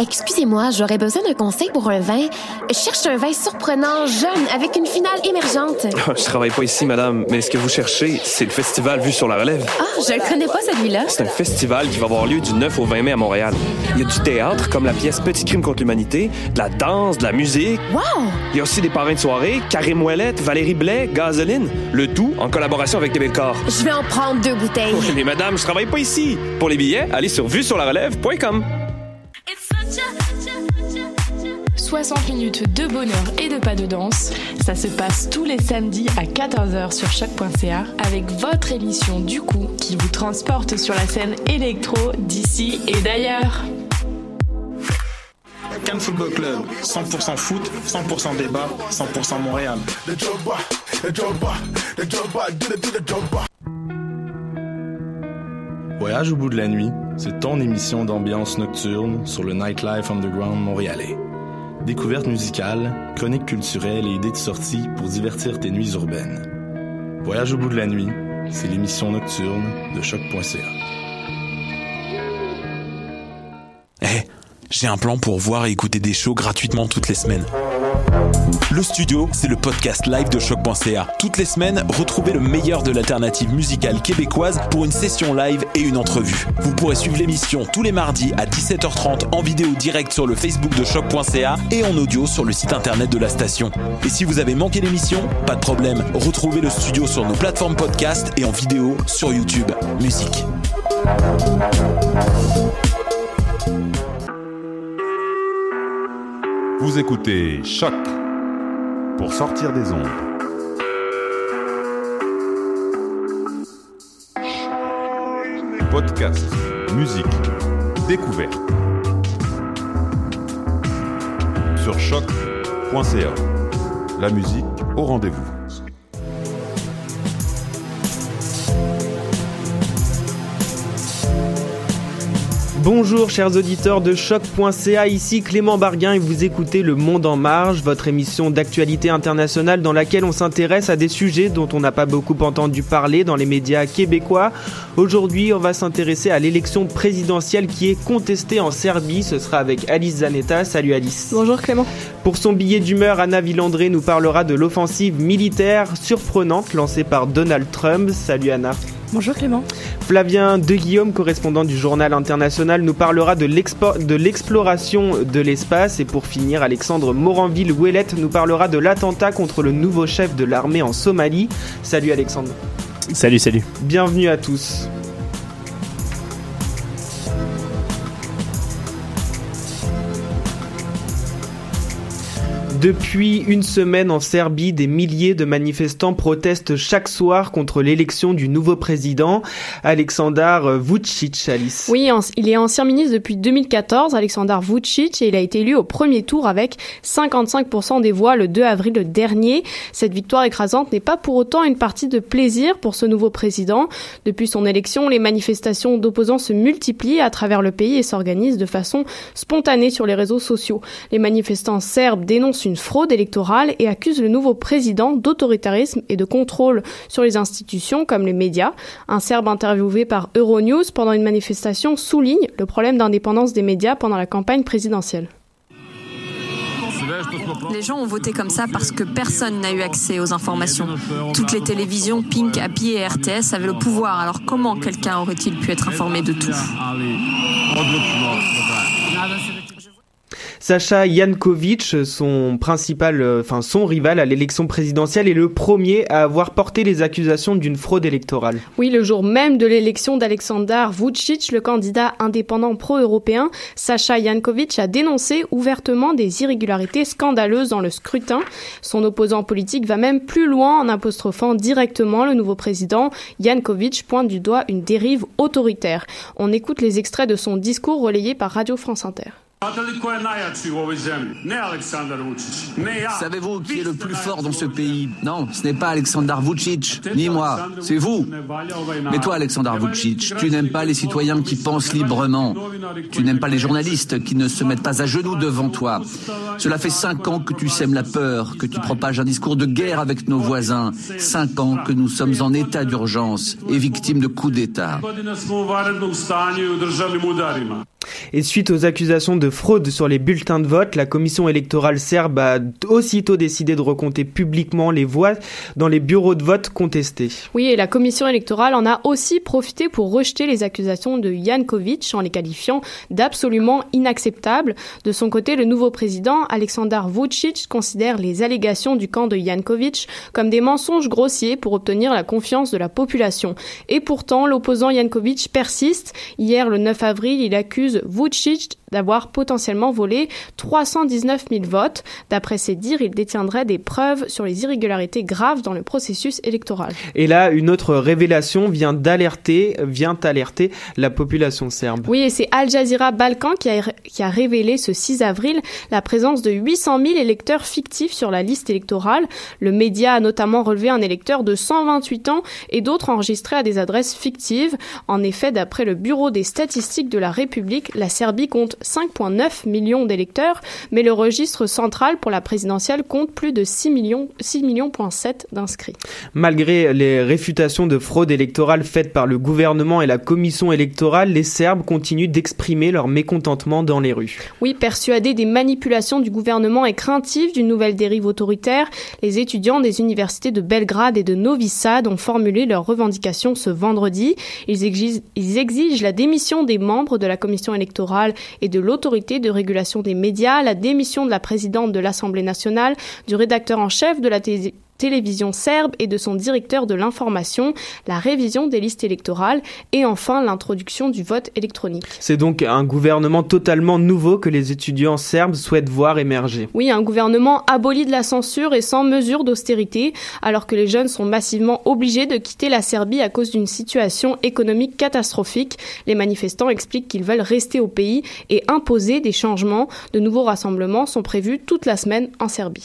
Excusez-moi, j'aurais besoin d'un conseil pour un vin. Je cherche un vin surprenant, jeune, avec une finale émergente. Je travaille pas ici, madame, mais ce que vous cherchez, c'est le festival Vue sur la Relève. Ah, je le connais pas, celui-là. C'est un festival qui va avoir lieu du 9 au 20 mai à Montréal. Il y a du théâtre, comme la pièce Petit crime contre l'humanité, de la danse, de la musique. Wow! Il y a aussi des parrains de soirée, Karim Ouellet, Valérie Blais, Gasoline, le tout en collaboration avec Québecor. Je vais en prendre 2 bouteilles. Oui, mais madame, je travaille pas ici. Pour les billets, allez sur vuesurlarelève.com. 60 minutes de bonheur et de pas de danse. Ça se passe tous les samedis à 14h sur choc.ca avec votre émission du coup qui vous transporte sur la scène électro d'ici et d'ailleurs. Cannes Football Club, 100% foot, 100% débat, 100% Montréal. Voyage au bout de la nuit, c'est ton émission d'ambiance nocturne sur le Nightlife Underground montréalais. Découvertes musicales, chroniques culturelles et idées de sortie pour divertir tes nuits urbaines. Voyage au bout de la nuit, c'est l'émission nocturne de choc.ca. J'ai un plan pour voir et écouter des shows gratuitement toutes les semaines. Le Studio, c'est le podcast live de choc.ca. Toutes les semaines, retrouvez le meilleur de l'alternative musicale québécoise pour une session live et une entrevue. Vous pourrez suivre l'émission tous les mardis à 17h30 en vidéo direct sur le Facebook de choc.ca et en audio sur le site internet de la station. Et si vous avez manqué l'émission, pas de problème. Retrouvez le Studio sur nos plateformes podcast et en vidéo sur YouTube. Musique. Vous écoutez Choc pour sortir des ondes. Podcast, musique, découverte. Sur choc.ca. La musique au rendez-vous. Bonjour chers auditeurs de choc.ca, ici Clément Barguin et vous écoutez Le Monde en Marge, votre émission d'actualité internationale dans laquelle on s'intéresse à des sujets dont on n'a pas beaucoup entendu parler dans les médias québécois. Aujourd'hui, on va s'intéresser à l'élection présidentielle qui est contestée en Serbie. Ce sera avec Alice Zanetta. Salut Alice. Bonjour Clément. Pour son billet d'humeur, Anna Villandré nous parlera de l'offensive militaire surprenante lancée par Donald Trump. Salut Anna. Bonjour Clément. Flavien De Guillaume, correspondant du Journal International, nous parlera de l'exploration de l'espace. Et pour finir, Alexandre Moranville-Ouellette nous parlera de l'attentat contre le nouveau chef de l'armée en Somalie. Salut Alexandre. Salut. Bienvenue à tous. Depuis une semaine en Serbie, des milliers de manifestants protestent chaque soir contre l'élection du nouveau président, Aleksandar Vučić, Alice. Oui, il est ancien ministre depuis 2014, Aleksandar Vučić, et il a été élu au premier tour avec 55% des voix le 2 avril dernier. Cette victoire écrasante n'est pas pour autant une partie de plaisir pour ce nouveau président. Depuis son élection, les manifestations d'opposants se multiplient à travers le pays et s'organisent de façon spontanée sur les réseaux sociaux. Les manifestants serbes dénoncent une fraude électorale et accuse le nouveau président d'autoritarisme et de contrôle sur les institutions comme les médias. Un Serbe interviewé par Euronews pendant une manifestation souligne le problème d'indépendance des médias pendant la campagne présidentielle. Les gens ont voté comme ça parce que personne n'a eu accès aux informations. Toutes les télévisions, Pink, Happy et RTS avaient le pouvoir. Alors comment quelqu'un aurait-il pu être informé de tout ? Sacha Janković, son rival à l'élection présidentielle, est le premier à avoir porté les accusations d'une fraude électorale. Oui, le jour même de l'élection d'Aleksandar Vučić, le candidat indépendant pro-européen, Sacha Janković a dénoncé ouvertement des irrégularités scandaleuses dans le scrutin. Son opposant politique va même plus loin en apostrophant directement le nouveau président. Janković pointe du doigt une dérive autoritaire. On écoute les extraits de son discours relayé par Radio France Inter. Savez-vous qui est le plus fort dans ce pays ? Non, ce n'est pas Aleksandar Vučić, ni moi, c'est vous. Mais toi, Aleksandar Vučić, tu n'aimes pas les citoyens qui pensent librement. Tu n'aimes pas les journalistes qui ne se mettent pas à genoux devant toi. Cela fait 5 ans que tu sèmes la peur, que tu propages un discours de guerre avec nos voisins. 5 ans que nous sommes en état d'urgence et victimes de coups d'État. Et suite aux accusations de fraude sur les bulletins de vote. La commission électorale serbe a aussitôt décidé de recompter publiquement les voix dans les bureaux de vote contestés. Oui, et la commission électorale en a aussi profité pour rejeter les accusations de Janković en les qualifiant d'absolument inacceptables. De son côté, le nouveau président, Aleksandar Vučić, considère les allégations du camp de Janković comme des mensonges grossiers pour obtenir la confiance de la population. Et pourtant, l'opposant Janković persiste. Hier, le 9 avril, il accuse Vučić d'avoir potentiellement volé 319 000 votes. D'après ses dires, il détiendrait des preuves sur les irrégularités graves dans le processus électoral. Et là, une autre révélation vient alerter la population serbe. Oui, et c'est Al Jazeera Balkan qui a révélé ce 6 avril la présence de 800 000 électeurs fictifs sur la liste électorale. Le média a notamment relevé un électeur de 128 ans et d'autres enregistrés à des adresses fictives. En effet, d'après le Bureau des statistiques de la République, la Serbie compte 5,9 millions d'électeurs, mais le registre central pour la présidentielle compte plus de 6,7 millions d'inscrits. Malgré les réfutations de fraude électorale faites par le gouvernement et la commission électorale, les Serbes continuent d'exprimer leur mécontentement dans les rues. Oui, persuadés des manipulations du gouvernement et craintifs d'une nouvelle dérive autoritaire, les étudiants des universités de Belgrade et de Novi Sad ont formulé leurs revendications ce vendredi. Ils exigent la démission des membres de la commission électorale et de l'autorité de régulation des médias, la démission de la présidente de l'Assemblée nationale, du rédacteur en chef de la télévision serbe et de son directeur de l'information, la révision des listes électorales et enfin l'introduction du vote électronique. C'est donc un gouvernement totalement nouveau que les étudiants serbes souhaitent voir émerger. Oui, un gouvernement aboli de la censure et sans mesure d'austérité, alors que les jeunes sont massivement obligés de quitter la Serbie à cause d'une situation économique catastrophique. Les manifestants expliquent qu'ils veulent rester au pays et imposer des changements. De nouveaux rassemblements sont prévus toute la semaine en Serbie.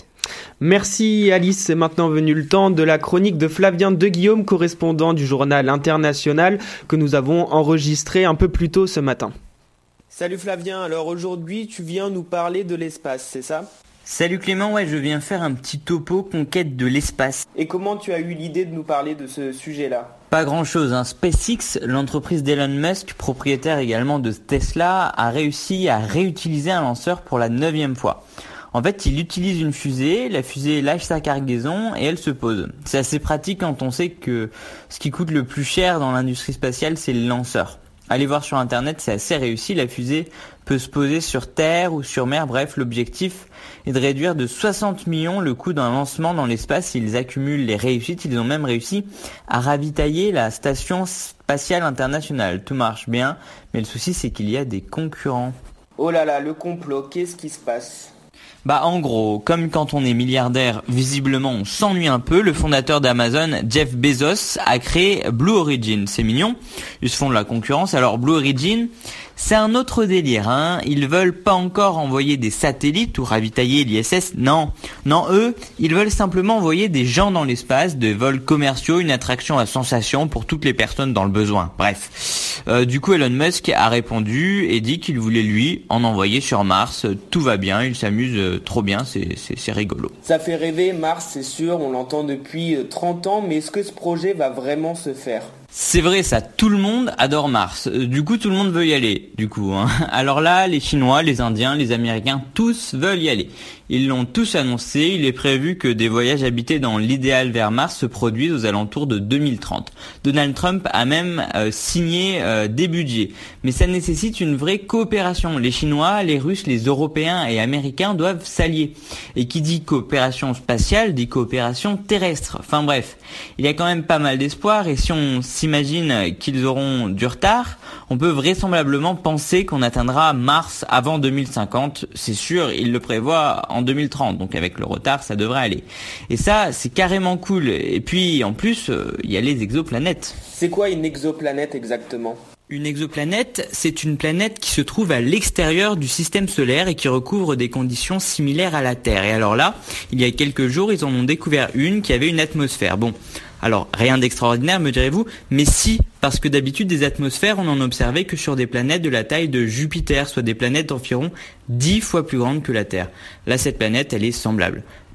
Merci Alice, c'est maintenant venu le temps de la chronique de Flavien de Guillaume, correspondant du journal International que nous avons enregistré un peu plus tôt ce matin. Salut Flavien, alors aujourd'hui tu viens nous parler de l'espace, c'est ça ? Salut Clément, ouais, je viens faire un petit topo conquête de l'espace. Et comment tu as eu l'idée de nous parler de ce sujet-là ? Pas grand-chose, hein. SpaceX, l'entreprise d'Elon Musk, propriétaire également de Tesla, a réussi à réutiliser un lanceur pour la 9e fois. En fait, il utilise une fusée, la fusée lâche sa cargaison et elle se pose. C'est assez pratique quand on sait que ce qui coûte le plus cher dans l'industrie spatiale, c'est le lanceur. Allez voir sur internet, c'est assez réussi, la fusée peut se poser sur Terre ou sur mer, bref, l'objectif est de réduire de 60 millions le coût d'un lancement dans l'espace. Ils accumulent les réussites, ils ont même réussi à ravitailler la station spatiale internationale. Tout marche bien, mais le souci c'est qu'il y a des concurrents. Oh là là, le complot, qu'est-ce qui se passe ? En gros, comme quand on est milliardaire, visiblement on s'ennuie un peu, le fondateur d'Amazon, Jeff Bezos, a créé Blue Origin. C'est mignon, ils se font de la concurrence. Alors Blue Origin, c'est un autre délire, hein. Ils veulent pas encore envoyer des satellites ou ravitailler l'ISS, non, eux, ils veulent simplement envoyer des gens dans l'espace, des vols commerciaux, une attraction à sensation pour toutes les personnes dans le besoin. Bref, du coup Elon Musk a répondu et dit qu'il voulait lui en envoyer sur Mars. Tout va bien, il s'amuse trop bien, c'est rigolo. Ça fait rêver, Mars, c'est sûr, on l'entend depuis 30 ans, mais est-ce que ce projet va vraiment se faire ? C'est vrai ça, tout le monde adore Mars, du coup tout le monde veut y aller, hein. Alors là, les Chinois, les Indiens, les Américains, tous veulent y aller. Ils l'ont tous annoncé, il est prévu que des voyages habités dans l'idéal vers Mars se produisent aux alentours de 2030. Donald Trump a même signé des budgets, mais ça nécessite une vraie coopération. Les Chinois, les Russes, les Européens et Américains doivent s'allier. Et qui dit coopération spatiale, dit coopération terrestre. Enfin bref, il y a quand même pas mal d'espoir et si on s'imagine qu'ils auront du retard, on peut vraisemblablement penser qu'on atteindra Mars avant 2050. C'est sûr, il le prévoit en 2030, donc avec le retard, ça devrait aller. Et ça, c'est carrément cool. Et puis, en plus, il y a les exoplanètes. C'est quoi une exoplanète exactement ? Une exoplanète, c'est une planète qui se trouve à l'extérieur du système solaire et qui recouvre des conditions similaires à la Terre. Et alors là, il y a quelques jours, ils en ont découvert une qui avait une atmosphère. Bon, alors rien d'extraordinaire, me direz-vous, mais si, parce que d'habitude des atmosphères, on n'en observait que sur des planètes de la taille de Jupiter, soit des planètes d'environ 10 fois plus grandes que la Terre. Là, cette planète, elle est semblable.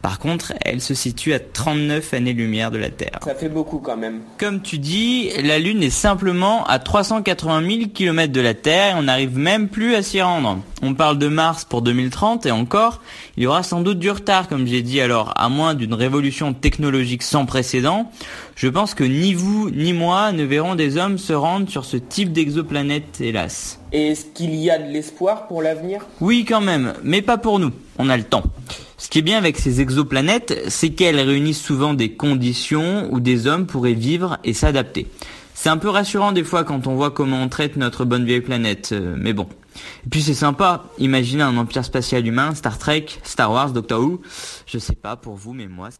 Par contre, elle se situe à 39 années-lumière de la Terre. Ça fait beaucoup quand même. Comme tu dis, la Lune est simplement à 380 000 km de la Terre et on n'arrive même plus à s'y rendre. On parle de Mars pour 2030 et encore, il y aura sans doute du retard comme j'ai dit, alors à moins d'une révolution technologique sans précédent, je pense que ni vous ni moi ne verrons des hommes se rendre sur ce type d'exoplanète, hélas. Et est-ce qu'il y a de l'espoir pour l'avenir ? Oui quand même, mais pas pour nous, on a le temps. Ce qui est bien avec ces exoplanètes, c'est qu'elles réunissent souvent des conditions où des hommes pourraient vivre et s'adapter. C'est un peu rassurant des fois quand on voit comment on traite notre bonne vieille planète, mais bon. Et puis c'est sympa, imaginez un empire spatial humain, Star Trek, Star Wars, Doctor Who, je sais pas pour vous mais moi...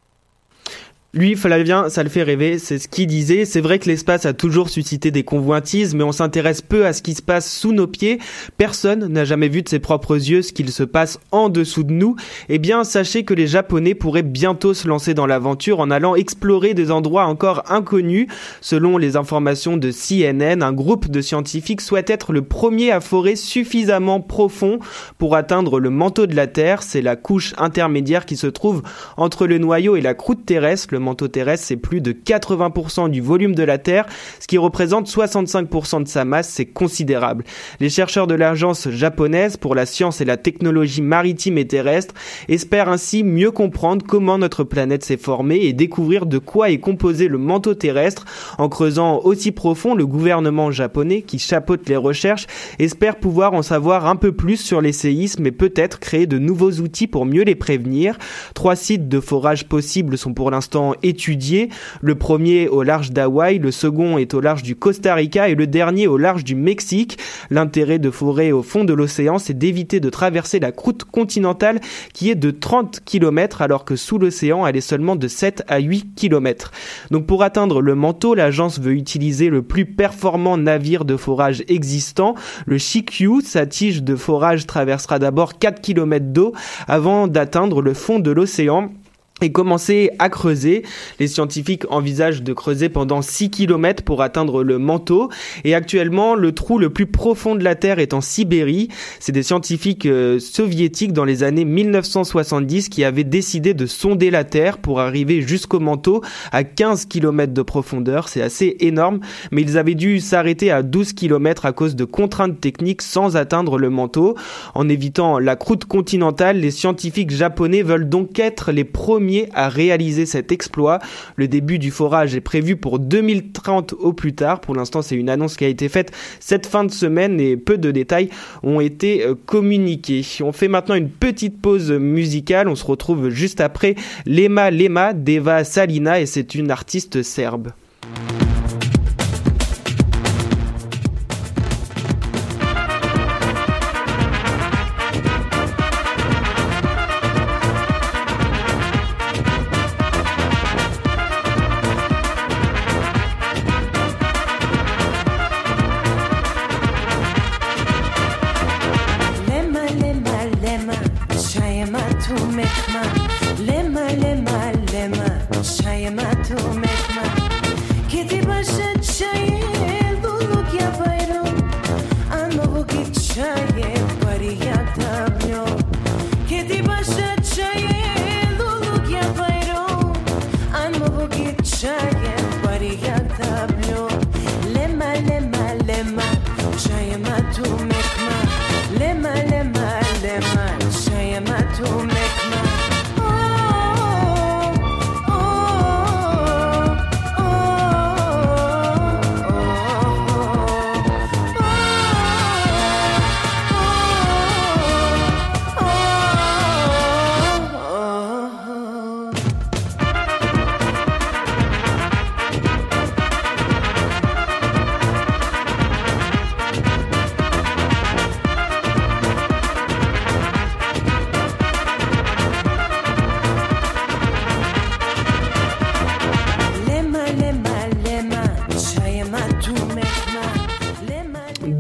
Lui, Flavien, ça le fait rêver, c'est ce qu'il disait. C'est vrai que l'espace a toujours suscité des convoitises, mais on s'intéresse peu à ce qui se passe sous nos pieds. Personne n'a jamais vu de ses propres yeux ce qu'il se passe en dessous de nous. Eh bien, sachez que les Japonais pourraient bientôt se lancer dans l'aventure en allant explorer des endroits encore inconnus. Selon les informations de CNN, un groupe de scientifiques souhaite être le premier à forer suffisamment profond pour atteindre le manteau de la Terre. C'est la couche intermédiaire qui se trouve entre le noyau et la croûte terrestre. Le manteau terrestre, c'est plus de 80% du volume de la Terre, ce qui représente 65% de sa masse, c'est considérable. Les chercheurs de l'agence japonaise pour la science et la technologie maritime et terrestre espèrent ainsi mieux comprendre comment notre planète s'est formée et découvrir de quoi est composé le manteau terrestre. En creusant aussi profond, le gouvernement japonais, qui chapeaute les recherches, espère pouvoir en savoir un peu plus sur les séismes et peut-être créer de nouveaux outils pour mieux les prévenir. 3 sites de forage possibles sont pour l'instant étudiés. Le premier au large d'Hawaï, le second est au large du Costa Rica et le dernier au large du Mexique. L'intérêt de forer au fond de l'océan, c'est d'éviter de traverser la croûte continentale qui est de 30 km alors que sous l'océan, elle est seulement de 7 à 8 km. Donc pour atteindre le manteau, l'agence veut utiliser le plus performant navire de forage existant. Le Shikyu, sa tige de forage traversera d'abord 4 km d'eau avant d'atteindre le fond de l'océan et commencer à creuser. Les scientifiques envisagent de creuser pendant 6 km pour atteindre le manteau. Et actuellement, le trou le plus profond de la Terre est en Sibérie. C'est des scientifiques soviétiques dans les années 1970 qui avaient décidé de sonder la Terre pour arriver jusqu'au manteau à 15 km de profondeur. C'est assez énorme, mais ils avaient dû s'arrêter à 12 km à cause de contraintes techniques sans atteindre le manteau. En évitant la croûte continentale, les scientifiques japonais veulent donc être les premiers à réaliser cet exploit. Le début du forage est prévu pour 2030 au plus tard. Pour l'instant, c'est une annonce qui a été faite cette fin de semaine et peu de détails ont été communiqués. On fait maintenant une petite pause musicale. On se retrouve juste après Lema Lema d'Eva Salina et c'est une artiste serbe.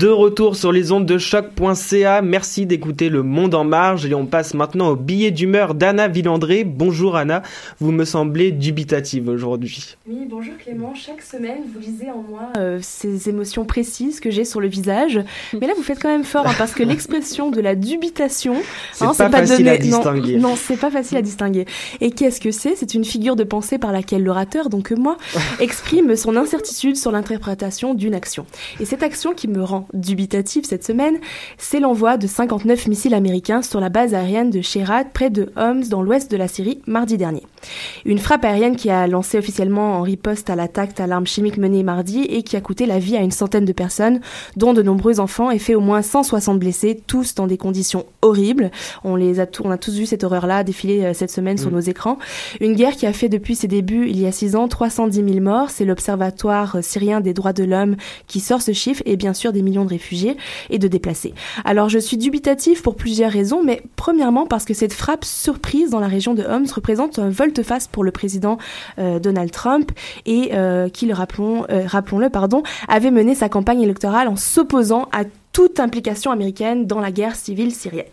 De retour sur les ondes de choc.ca, merci d'écouter Le Monde en Marge et on passe maintenant au billet d'humeur d'Anna Villandré. Bonjour Anna, vous me semblez dubitative aujourd'hui. Oui, bonjour Clément, chaque semaine vous lisez en moi ces émotions précises que j'ai sur le visage, mais là vous faites quand même fort parce que l'expression de la dubitation, c'est pas facile à distinguer. Non, c'est pas facile à distinguer. Et qu'est-ce que c'est ? C'est une figure de pensée par laquelle l'orateur, donc moi, exprime son incertitude sur l'interprétation d'une action. Et cette action qui me rend dubitative cette semaine, c'est l'envoi de 59 missiles américains sur la base aérienne de Sherat, près de Homs, dans l'ouest de la Syrie, mardi dernier. Une frappe aérienne qui a lancé officiellement en riposte à l'attaque à l'arme chimique menée mardi et qui a coûté la vie à une centaine de personnes, dont de nombreux enfants, et fait au moins 160 blessés, tous dans des conditions horribles. On a tous vu cette horreur-là défiler cette semaine sur nos écrans. Une guerre qui a fait depuis ses débuts, il y a 6 ans, 310 000 morts. C'est l'Observatoire syrien des droits de l'homme qui sort ce chiffre, et bien sûr des millions de réfugiés et de déplacés. Alors je suis dubitative pour plusieurs raisons, mais premièrement parce que cette frappe surprise dans la région de Homs représente un volte-face pour le président Donald Trump et qui, rappelons-le, avait mené sa campagne électorale en s'opposant à toute implication américaine dans la guerre civile syrienne.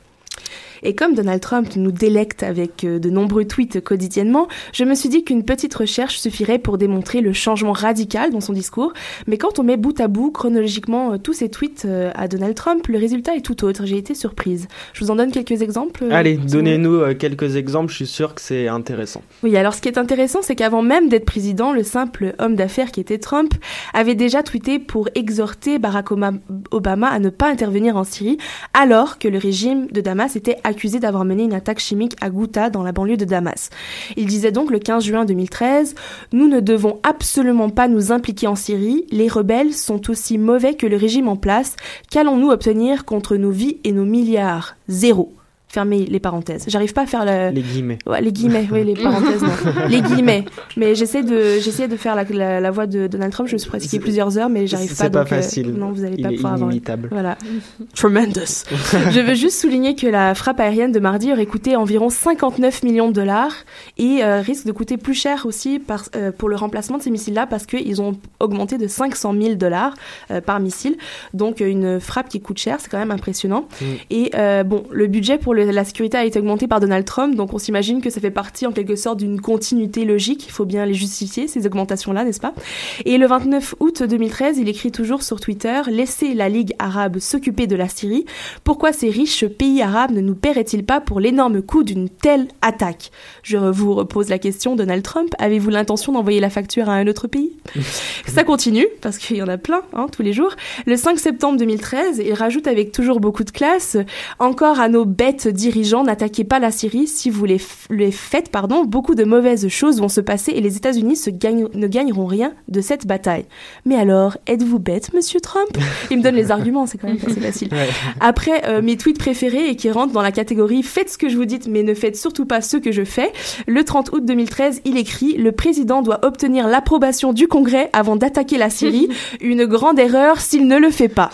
Et comme Donald Trump nous délecte avec de nombreux tweets quotidiennement, je me suis dit qu'une petite recherche suffirait pour démontrer le changement radical dans son discours. Mais quand on met bout à bout, chronologiquement, tous ces tweets à Donald Trump, le résultat est tout autre. J'ai été surprise. Je vous en donne quelques exemples. Allez, donnez-nous quelques exemples, je suis sûre que c'est intéressant. Oui, alors ce qui est intéressant, c'est qu'avant même d'être président, le simple homme d'affaires qui était Trump avait déjà tweeté pour exhorter Barack Obama à ne pas intervenir en Syrie, alors que le régime de Damas était accusé d'avoir mené une attaque chimique à Ghouta dans la banlieue de Damas. Il disait donc le 15 juin 2013 « Nous ne devons absolument pas nous impliquer en Syrie. Les rebelles sont aussi mauvais que le régime en place. Qu'allons-nous obtenir contre nos vies et nos milliards ? Zéro. » Fermez les parenthèses. J'arrive pas à faire les guillemets. Ouais, les guillemets, oui, les parenthèses, non. Les guillemets. Mais j'essayais de faire la voix de Donald Trump. Je me suis pratiquée plusieurs heures, mais j'arrive pas. C'est pas facile. Non, vous allez pas pouvoir avoir. Inimitable. Voilà. Tremendous. Je veux juste souligner que la frappe aérienne de mardi aurait coûté environ 59 millions de dollars et risque de coûter plus cher aussi pour le remplacement de ces missiles-là parce qu'ils ont augmenté de 500 000 dollars par missile. Donc, une frappe qui coûte cher, c'est quand même impressionnant. Et bon, le budget pour la sécurité a été augmentée par Donald Trump, donc on s'imagine que ça fait partie en quelque sorte d'une continuité logique. Il faut bien les justifier, ces augmentations-là, n'est-ce pas ? Et le 29 août 2013, il écrit toujours sur Twitter « Laissez la Ligue arabe s'occuper de la Syrie. Pourquoi ces riches pays arabes ne nous paieraient-ils pas pour l'énorme coût d'une telle attaque ?» Je vous repose la question, Donald Trump, avez-vous l'intention d'envoyer la facture à un autre pays ? Ça continue, parce qu'il y en a plein, tous les jours. Le 5 septembre 2013, il rajoute avec toujours beaucoup de classe « Encore à nos bêtes dirigeants, n'attaquez pas la Syrie. Si vous les faites, beaucoup de mauvaises choses vont se passer et les États-Unis ne gagneront rien de cette bataille. » Mais alors, êtes-vous bête, monsieur Trump ? Il me donne les arguments, c'est quand même assez facile. Ouais. Après, mes tweets préférés et qui rentrent dans la catégorie « Faites ce que je vous dis, mais ne faites surtout pas ce que je fais », le 30 août 2013, il écrit « Le président doit obtenir l'approbation du Congrès avant d'attaquer la Syrie. Une grande erreur s'il ne le fait pas. »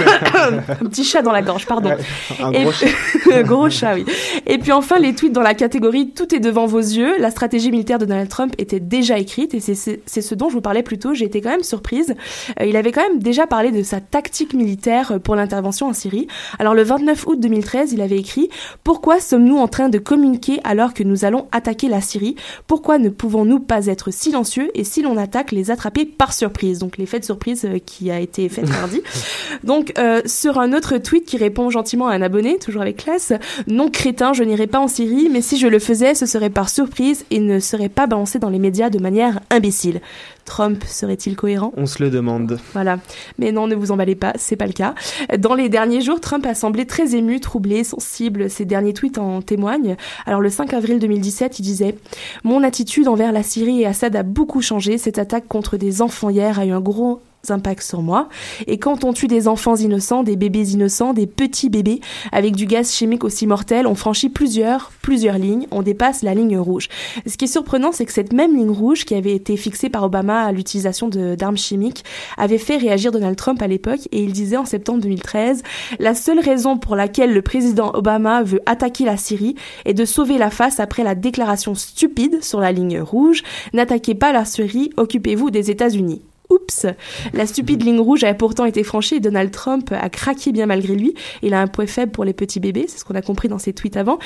Un petit chat dans la gorge, pardon. Un gros chat. Gros chat, oui. Et puis enfin, les tweets dans la catégorie « Tout est devant vos yeux ». La stratégie militaire de Donald Trump était déjà écrite et c'est ce dont je vous parlais plus tôt. J'ai été quand même surprise. Il avait quand même déjà parlé de sa tactique militaire pour l'intervention en Syrie. Alors le 29 août 2013, il avait écrit « Pourquoi sommes-nous en train de communiquer alors que nous allons attaquer la Syrie ? Pourquoi ne pouvons-nous pas être silencieux et si l'on attaque, les attraper par surprise ?» Donc l'effet de surprise qui a été fait mardi. Donc sur un autre tweet qui répond gentiment à un abonné, toujours avec classe, « Non crétin, je n'irai pas en Syrie, mais si je le faisais, ce serait par surprise et ne serait pas balancé dans les médias de manière imbécile. » Trump serait-il cohérent ? On se le demande. Voilà. Mais non, ne vous emballez pas, c'est pas le cas. Dans les derniers jours, Trump a semblé très ému, troublé, sensible. Ses derniers tweets en témoignent. Alors le 5 avril 2017, il disait « Mon attitude envers la Syrie et Assad a beaucoup changé. Cette attaque contre des enfants hier a eu un gros impact sur moi. Et quand on tue des enfants innocents, des bébés innocents, des petits bébés, avec du gaz chimique aussi mortel, on franchit plusieurs lignes, on dépasse la ligne rouge. Ce qui est surprenant, c'est que cette même ligne rouge qui avait été fixée par Obama à l'utilisation d'armes chimiques avait fait réagir Donald Trump à l'époque et il disait en septembre 2013 « La seule raison pour laquelle le président Obama veut attaquer la Syrie est de sauver la face après la déclaration stupide sur la ligne rouge. N'attaquez pas la Syrie, occupez-vous des États-Unis. » Oups, oups, la stupide ligne rouge avait pourtant été franchie et Donald Trump a craqué bien malgré lui. Il a un point faible pour les petits bébés, c'est ce qu'on a compris dans ses tweets avant.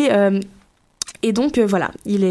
Et donc voilà, il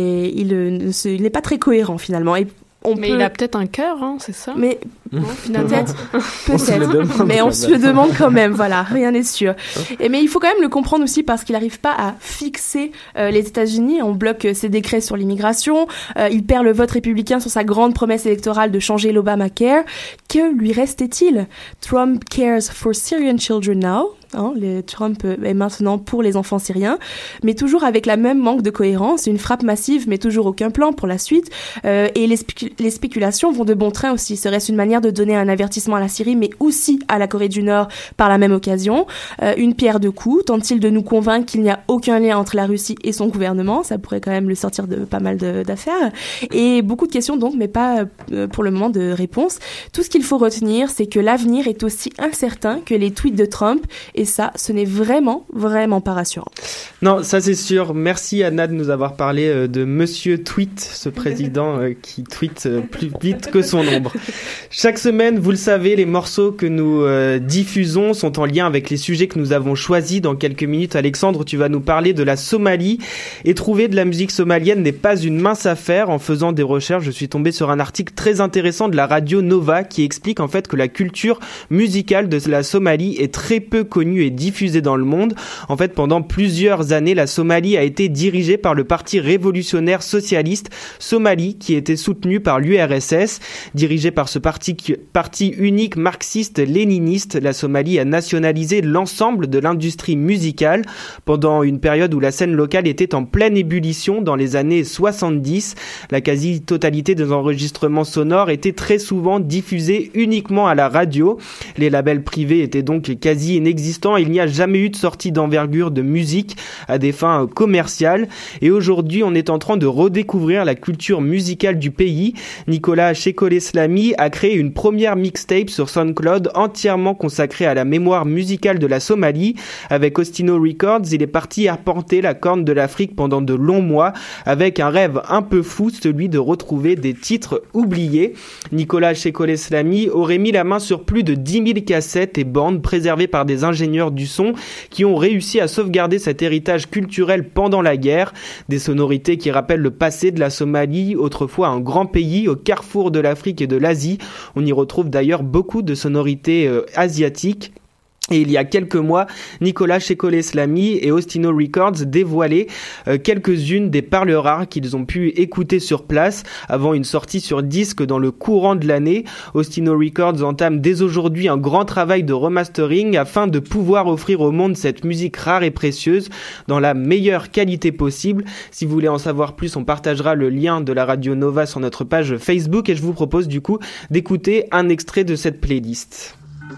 n'est pas très cohérent finalement. Il a peut-être un cœur, hein, c'est ça? Mais bon, finalement, peut-être. Mais on se le demande quand même, voilà, rien n'est sûr. Mais il faut quand même le comprendre aussi parce qu'il n'arrive pas à fixer les États-Unis. On bloque ses décrets sur l'immigration. Il perd le vote républicain sur sa grande promesse électorale de changer l'Obamacare. Que lui restait-il? Trump cares for Syrian children now. Trump est maintenant pour les enfants syriens, mais toujours avec la même manque de cohérence, une frappe massive, mais toujours aucun plan pour la suite. Et les spéculations vont de bon train aussi. Serait-ce une manière de donner un avertissement à la Syrie, mais aussi à la Corée du Nord par la même occasion? Une pierre deux coups. Tente-t-il de nous convaincre qu'il n'y a aucun lien entre la Russie et son gouvernement? Ça pourrait quand même le sortir de pas mal d'affaires. Et beaucoup de questions donc, mais pas pour le moment de réponses. Tout ce qu'il faut retenir, c'est que l'avenir est aussi incertain que les tweets de Trump. Et ça, ce n'est vraiment pas rassurant. Non, ça c'est sûr. Merci Anna de nous avoir parlé de Monsieur Tweet, ce président qui tweet plus vite que son ombre. Chaque semaine, vous le savez, les morceaux que nous diffusons sont en lien avec les sujets que nous avons choisis. Dans quelques minutes, Alexandre, tu vas nous parler de la Somalie. Et trouver de la musique somalienne n'est pas une mince affaire. En faisant des recherches, je suis tombé sur un article très intéressant de la radio Nova qui explique en fait que la culture musicale de la Somalie est très peu connue et diffusée dans le monde. En fait, pendant plusieurs années, la Somalie a été dirigée par le Parti révolutionnaire socialiste Somalie, qui était soutenu par l'URSS. Dirigé par ce parti unique marxiste-léniniste, la Somalie a nationalisé l'ensemble de l'industrie musicale pendant une période où la scène locale était en pleine ébullition dans les années 70. La quasi-totalité des enregistrements sonores était très souvent diffusée uniquement à la radio. Les labels privés étaient donc quasi inexistants. Il n'y a jamais eu de sortie d'envergure de musique à des fins commerciales. Et aujourd'hui, on est en train de redécouvrir la culture musicale du pays. Nicolas Shekolslami a créé une première mixtape sur SoundCloud entièrement consacrée à la mémoire musicale de la Somalie. Avec Ostino Records, il est parti arpenter la corne de l'Afrique pendant de longs mois avec un rêve un peu fou, celui de retrouver des titres oubliés. Nicolas Shekolslami aurait mis la main sur plus de 10 000 cassettes et bandes préservées par des ingénieurs du son qui ont réussi à sauvegarder cet héritage culturel pendant la guerre. Des sonorités qui rappellent le passé de la Somalie, autrefois un grand pays au carrefour de l'Afrique et de l'Asie. On y retrouve d'ailleurs beaucoup de sonorités asiatiques. Et il y a quelques mois, Nicolas Shekolslami et Ostino Records dévoilaient quelques-unes des perles rares qu'ils ont pu écouter sur place avant une sortie sur disque dans le courant de l'année. Ostino Records entame dès aujourd'hui un grand travail de remastering afin de pouvoir offrir au monde cette musique rare et précieuse dans la meilleure qualité possible. Si vous voulez en savoir plus, on partagera le lien de la radio Nova sur notre page Facebook et je vous propose du coup d'écouter un extrait de cette playlist.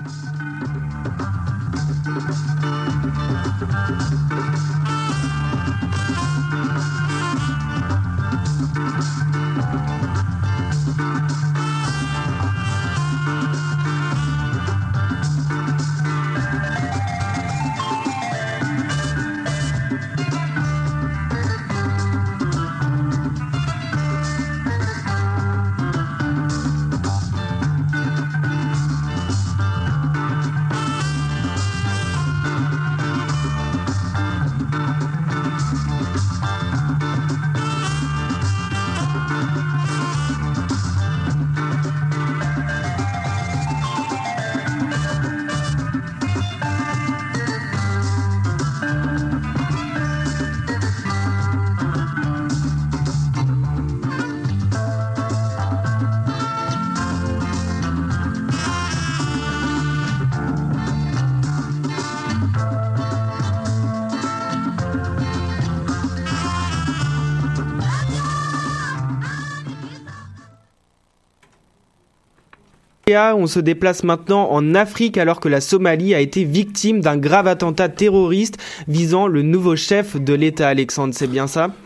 On se déplace maintenant en Afrique alors que la Somalie a été victime d'un grave attentat terroriste visant le nouveau chef de l'État. Alexandre, c'est bien ça ?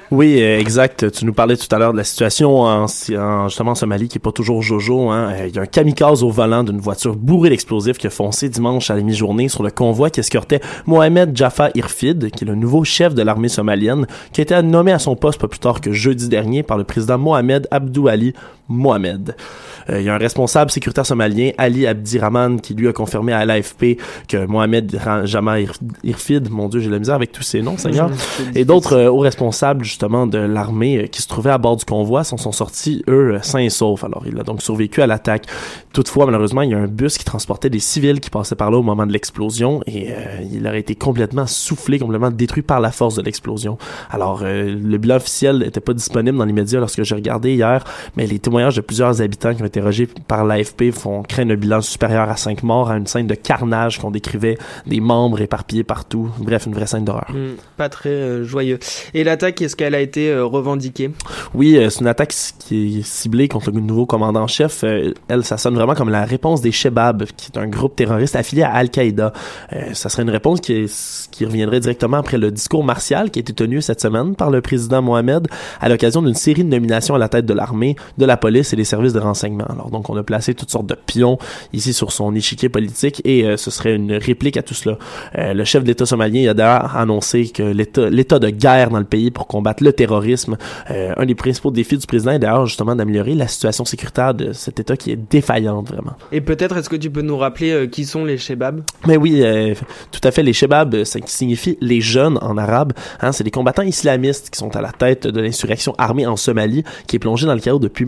Oui, exact. Tu nous parlais tout à l'heure de la situation justement en Somalie qui est pas toujours jojo. Il y a un kamikaze au volant d'une voiture bourrée d'explosifs qui a foncé dimanche à la mi-journée sur le convoi qui escortait Mohamed Jaffa Irfid, qui est le nouveau chef de l'armée somalienne, qui a été nommé à son poste pas plus tard que jeudi dernier par le président Mohamed Abdou Ali Mohamed. Il y a un responsable sécuritaire somalien, Ali Abdirahman, qui lui a confirmé à l'AFP que Mohamed Jama Irfid, mon Dieu, j'ai de la misère avec tous ces noms, Seigneur, et d'autres hauts responsables justement de l'armée qui se trouvaient à bord du convoi sont sortis, eux, sains et saufs. Alors, il a donc survécu à l'attaque. Toutefois, malheureusement, il y a un bus qui transportait des civils qui passaient par là au moment de l'explosion et il aurait été complètement soufflé, complètement détruit par la force de l'explosion. Alors, le bilan officiel n'était pas disponible dans les médias lorsque j'ai regardé hier, mais les témoignages de plusieurs habitants qui ont été interrogés par l'AFP font craindre un bilan supérieur à 5 morts à une scène de carnage qu'on décrivait, des membres éparpillés partout. Bref, une vraie scène d'horreur. Pas très joyeux. Et l'attaque, est-ce qu'elle a été revendiquée? Oui, c'est une attaque qui est ciblée contre le nouveau commandant en chef. Ça sonne vraiment comme la réponse des Shebab, qui est un groupe terroriste affilié à Al-Qaïda. Ça serait une réponse qui reviendrait directement après le discours martial qui a été tenu cette semaine par le président Mohamed à l'occasion d'une série de nominations à la tête de l'armée, de la police et des services de renseignement. Alors donc on a placé toutes sortes de pions ici sur son échiquier politique et ce serait une réplique à tout cela. Le chef de l'État somalien a d'ailleurs annoncé que l'état de guerre dans le pays pour combattre le terrorisme, un des principaux défis du président est d'ailleurs justement d'améliorer la situation sécuritaire de cet État qui est défaillante vraiment. Et peut-être est-ce que tu peux nous rappeler qui sont les Shebab? Mais oui, tout à fait, les Shebab, ça signifie les jeunes en arabe. C'est des combattants islamistes qui sont à la tête de l'insurrection armée en Somalie qui est plongée dans le chaos depuis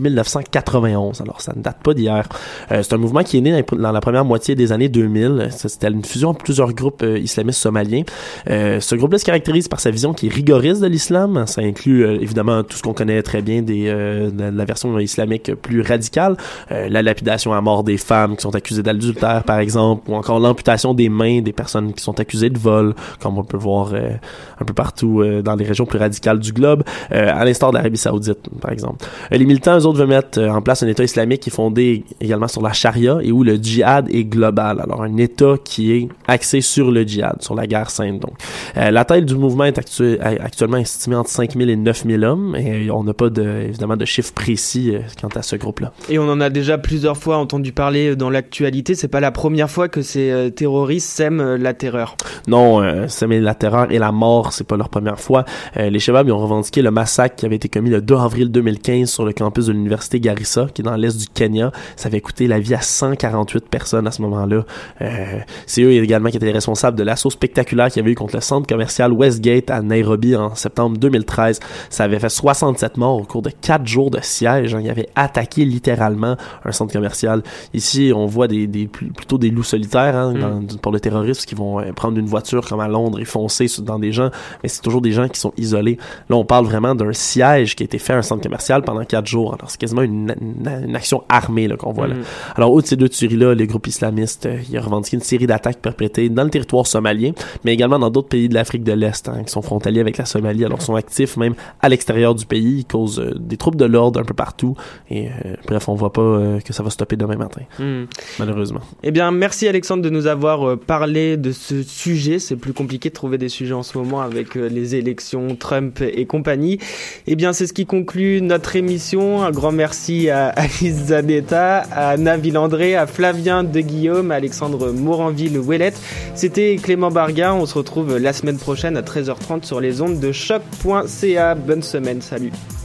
1991. Alors ça ne date pas d'hier. C'est un mouvement qui est né dans la première moitié des années 2000. C'était une fusion de plusieurs groupes islamistes somaliens. Ce groupe-là se caractérise par sa vision qui est rigoriste de l'islam. Ça inclut évidemment tout ce qu'on connaît très bien de la version islamique plus radicale. La lapidation à mort des femmes qui sont accusées d'adultère par exemple, ou encore l'amputation des mains des personnes qui sont accusées de vol, comme on peut voir un peu partout dans les régions plus radicales du globe, à l'instar de l'Arabie Saoudite par exemple. Les militants, eux autres, veulent mettre en place un État islamique qui est fondé également sur la charia et où le djihad est global. Alors un État qui est axé sur le djihad, sur la guerre sainte donc. La taille du mouvement est actuellement estimée entre 5 000 et 9 000 hommes et on n'a pas évidemment de chiffres précis quant à ce groupe-là. Et on en a déjà plusieurs fois entendu parler dans l'actualité. C'est pas la première fois que ces terroristes sèment la terreur. Non, sèmer la terreur et la mort, c'est pas leur première fois. Les Shebab ont revendiqué le massacre qui avait été commis le 2 avril 2015 sur le campus de l'université Garissa, qui est dans l'est du Kenya. Ça avait coûté la vie à 148 personnes à ce moment-là. C'est eux également qui étaient responsables de l'assaut spectaculaire qu'il y avait eu contre le centre commercial Westgate à Nairobi en septembre 2013. Ça avait fait 67 morts au cours de 4 jours de siège. Ils avaient attaqué littéralement un centre commercial. Ici, on voit plutôt des loups solitaires pour le terrorisme qui vont prendre une voiture comme à Londres et foncer dans des gens, mais c'est toujours des gens qui sont isolés. Là, on parle vraiment d'un siège qui a été fait à un centre commercial pendant 4 jours. Alors, c'est quasiment une action armée là, qu'on voit là. Alors, outre ces 2 tueries-là, les groupes islamistes, il a revendiqué une série d'attaques perpétrées dans le territoire somalien, mais également dans d'autres pays de l'Afrique de l'Est qui sont frontaliers avec la Somalie. Alors, ils sont actifs même à l'extérieur du pays. Ils causent des troubles de l'ordre un peu partout. Et bref, on voit pas que ça va stopper demain matin, malheureusement. Eh bien, merci Alexandre de nous avoir parlé de ce sujet. C'est plus compliqué de trouver des sujets en ce moment avec les élections, Trump et compagnie. Eh bien, c'est ce qui conclut notre émission. Un grand merci à Alice Zanetta, à Anna Villandré, à Flavien de Guillaume, à Alexandre Moranville-Ouellette. C'était Clément Barguin. On se retrouve la semaine prochaine à 13h30 sur les ondes de choc.ca. Bonne semaine. Salut.